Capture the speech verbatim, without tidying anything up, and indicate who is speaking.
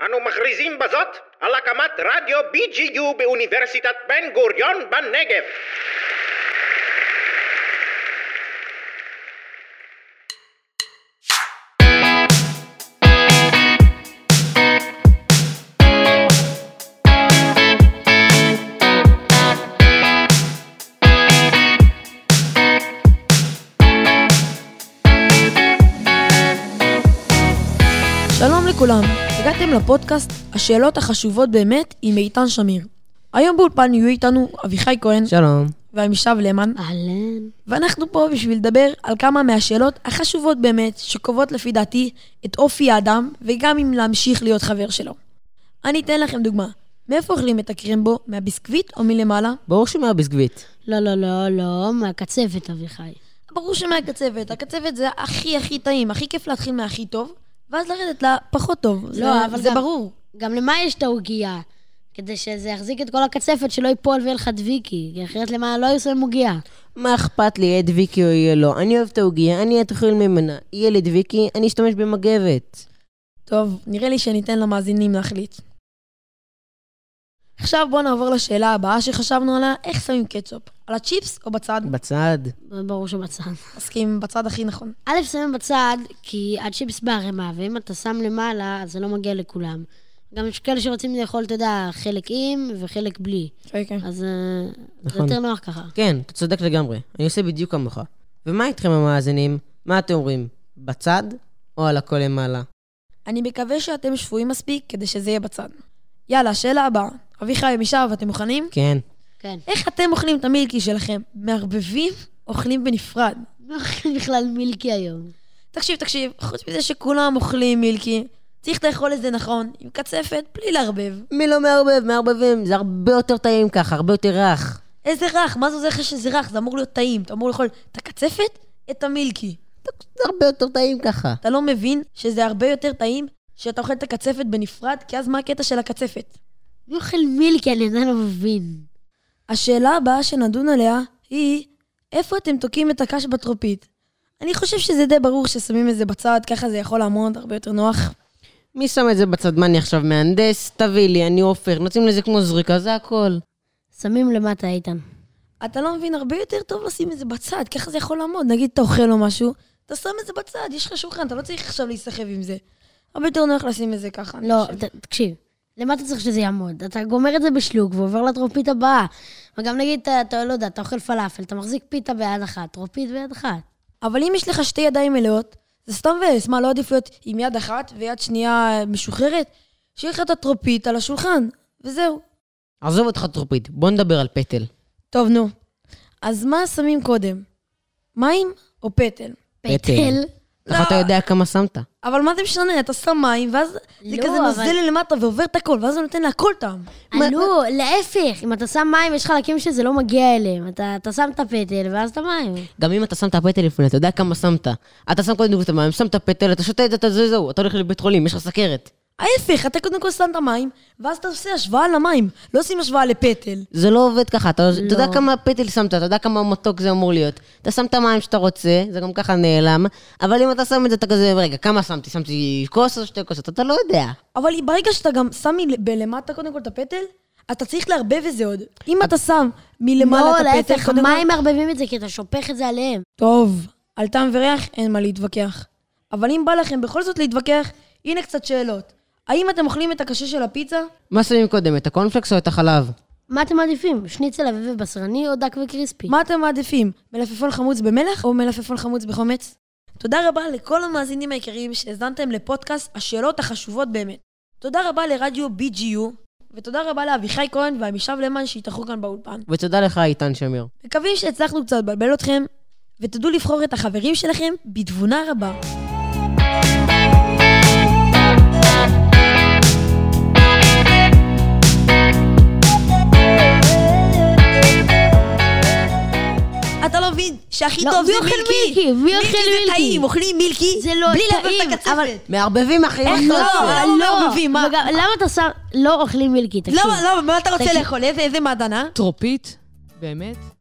Speaker 1: אנו מכריזים בזאת על הקמת רדיו בי ג'י יו באוניברסיטת בן גוריון בנגב.
Speaker 2: שלום לכולם, הגעתם לפודקאסט השאלות החשובות באמת עם איתן שמיר. היום באולפן יהיו איתנו אביחי כהן.
Speaker 3: שלום.
Speaker 2: ועמישב למן.
Speaker 4: אהלן.
Speaker 2: ואנחנו פה בשביל לדבר על כמה מהשאלות החשובות באמת שקובעות לפי דעתי את אופי האדם וגם אם להמשיך להיות חבר שלו. אני אתן לכם דוגמה. מאיפה אוכלים את הקרמבו? מהביסקוויט או מלמעלה?
Speaker 3: ברור שמהביסקוויט.
Speaker 4: לא, לא, לא, לא, מהקצפת אביחי.
Speaker 2: ברור שמהקצפת. הקצפת זה הכי הכי טעים, הכי כיף להתחיל מהכי טוב. ואז לרדת לה פחות טוב,
Speaker 4: לא,
Speaker 2: זה,
Speaker 4: אבל
Speaker 2: זה
Speaker 4: גם,
Speaker 2: ברור.
Speaker 4: גם למה יש את העוגיה? כדי שזה יחזיק את כל הקצפת שלא ייפול ויהיה לך דביקי, כי אחרת למה לא יעשה מוגיה.
Speaker 3: מה אכפת לי, יהיה דביקי או יהיה לא? אני אוהב את העוגיה, אני אתחיל ממנה. יהיה לי דביקי, אני אשתמש במגבת.
Speaker 2: טוב, נראה לי שניתן למאזינים להחליט. עכשיו בואו נעבור לשאלה הבאה שחשבנו עליה, איך שמים קטשופ? על הצ'יפס או בצד?
Speaker 3: בצד.
Speaker 4: ברור שבצד.
Speaker 2: מסכים, בצד הכי נכון.
Speaker 4: א', שמים בצד, כי הצ'יפס בערימה, ואם אתה שם למעלה, אז זה לא מגיע לכולם. גם יש כאלה שרוצים לאכול, אתה יודע, חלק עם וחלק בלי.
Speaker 2: כן, כן.
Speaker 4: אז
Speaker 3: נכון.
Speaker 4: זה יותר נוח ככה.
Speaker 3: כן, אתה צודק לגמרי. אני עושה בדיוק כמוך. ומה איתכם המאזינים? מה אתם אומרים? בצד או על הכל למעלה?
Speaker 2: אני מקווה שאתם שפויים מספיק כדי שזה יהיה בצד. יאללה, שאלה הבאה. אביחי, מישב, אתם מוכנים?
Speaker 3: כן.
Speaker 4: כן.
Speaker 2: איך אתם אוכלים את המילקי שלכם? מערבבים? אוכלים בנפרד?
Speaker 4: לא אוכלים בכלל מילקי היום.
Speaker 2: תקשיב, תקשיב, חוץ מזה שכולם אוכלים מילקי, צריך לאכול את זה נכון, עם קצפת, בלי לערבב.
Speaker 3: מי לא מערבב? מערבבים. זה הרבה יותר טעים ככה, הרבה יותר רך.
Speaker 2: איזה רך? מה זה עוזר לך שזה רך? זה אמור להיות טעים. אתה אמור לאכול את הקצפת, את המילקי.
Speaker 3: זה הרבה יותר טעים ככה.
Speaker 2: אתה לא מבין שזה הרבה יותר טעים שאתה אוכל את הקצפת בנפרד, כי אז מה הקטע של הקצפת?
Speaker 4: מי אוכל מילקי? אני עדיין לא מבין.
Speaker 2: השאלה הבאה שנדון עליה היא, איפה אתם תוקעים את הקש בטרופית? אני חושב שזה די ברור ששמים את זה בצד, ככה זה יכול לעמוד הרבה יותר נוח.
Speaker 3: מי שם את זה בצד? מה, אני עכשיו מהנדס? תביא לי, אני עופר. נוצאים לזה כמו זריקה, זה הכל.
Speaker 4: שמים למטה, איתן.
Speaker 2: אתה לא מבין, הרבה יותר טוב לשים את זה בצד, ככה זה יכול לעמוד. נגיד, אתה אוכל או משהו, אתה שם את זה בצד, יש לך שולחן, אתה לא צריך עכשיו להיסחב עם זה. הרבה יותר נוח לשים את זה ככה.
Speaker 4: לא, תקשיב. למה אתה צריך שזה יעמוד? אתה גומר את זה בשלוק ועובר לטרופית הבאה. וגם נגיד, אתה, אתה לא יודע, אתה אוכל פלאפל, אתה מחזיק פיתה ביד אחת, טרופית ביד אחת.
Speaker 2: אבל אם יש לך שתי ידיים מלאות, זה סתם ועס, מה, לא עדיף להיות עם יד אחת ויד שנייה משוחררת? שיהיה לך את הטרופית על השולחן, וזהו.
Speaker 3: עזוב אותך טרופית, בוא נדבר על פטל.
Speaker 2: טוב, נו. אז מה שמים קודם? מים או פטל?
Speaker 4: פטל.
Speaker 3: איך אתה יודע כמה שמת?
Speaker 2: אבל מה זה משנה? אתה שם מים, ואז זה כזה נוזל למטה ועובר את הכל, ואז זה נותן להכל טעם.
Speaker 4: לא, להפך. אם אתה שם מים, יש חלקים שזה לא מגיע אליהם. אתה, אתה שם את הפטל, ואז את המים.
Speaker 3: גם אם אתה שם את הפטל לפני, אתה יודע כמה שמת. אתה שם קודם את המים, שם את הפטל, אתה שותה את זה, אתה זה, זהו. אתה הולך לבית חולים, יש לך סכרת.
Speaker 2: ההפך, אתה קודם כל שם את המים, ואז אתה עושה השוואה למים. לא עושים השוואה לפטל.
Speaker 3: זה לא עובד ככה, אתה, לא. אתה יודע כמה פטל שמת, אתה יודע כמה מתוק זה אמור להיות. אתה שם את המים שאתה רוצה, זה גם ככה נעלם, אבל אם אתה שם את זה, אתה כזה, רגע, כמה שמתי? שמתי כוס או שתי כוסות? אתה לא יודע.
Speaker 2: אבל ברגע שאתה גם שם מלמטה קודם כל את הפטל, אתה צריך להרבב את זה עוד. אם אתה שם מלמעלה את הפטל...
Speaker 4: לא, להפך, המים מערבבים את זה, כי אתה שופך את זה עליהם.
Speaker 2: טוב, על טעם וריח אין מה להתווכח. אבל אם בא לכם בכל זאת להתווכח, הנה קצת שאלות. האם אתם אוכלים את הקשה של הפיצה?
Speaker 3: מה שמים קודם, את הקורנפלקס או את החלב?
Speaker 4: מה אתם מעדיפים? שניצל אביב בשרני או דק וקריספי?
Speaker 2: מה אתם מעדיפים? מלפפון חמוץ במלח או מלפפון חמוץ בחומץ? תודה רבה לכל המאזינים העיקריים שהזנתם לפודקאסט השאלות החשובות באמת. תודה רבה לרדיו בי ג'י יו, ותודה רבה לאביחי כהן ועמישב למן שהתארחו כאן באולפן.
Speaker 3: ותודה לך איתן שמיר.
Speaker 2: מקווים שהצלחנו קצת לבלבל אתכם, ותדעו לבחור את החברים שלכם בתבונה רבה. אתה לא מבין שהכי טוב זה מילקי.
Speaker 4: מי אוכל מילקי?
Speaker 2: זה טעים, אוכלים מילקי
Speaker 4: זה לא
Speaker 2: בלי
Speaker 4: טעים,
Speaker 2: לערבב את הקצפת.
Speaker 3: מערבבים אחי.
Speaker 2: איך לא? לא מערבבים, מה?
Speaker 4: למה אתה שם... לא אוכלים מילקי, תקשיב.
Speaker 2: למה, למה, מה אתה רוצה לאכול? איזה מעדנה?
Speaker 5: טרופית? באמת?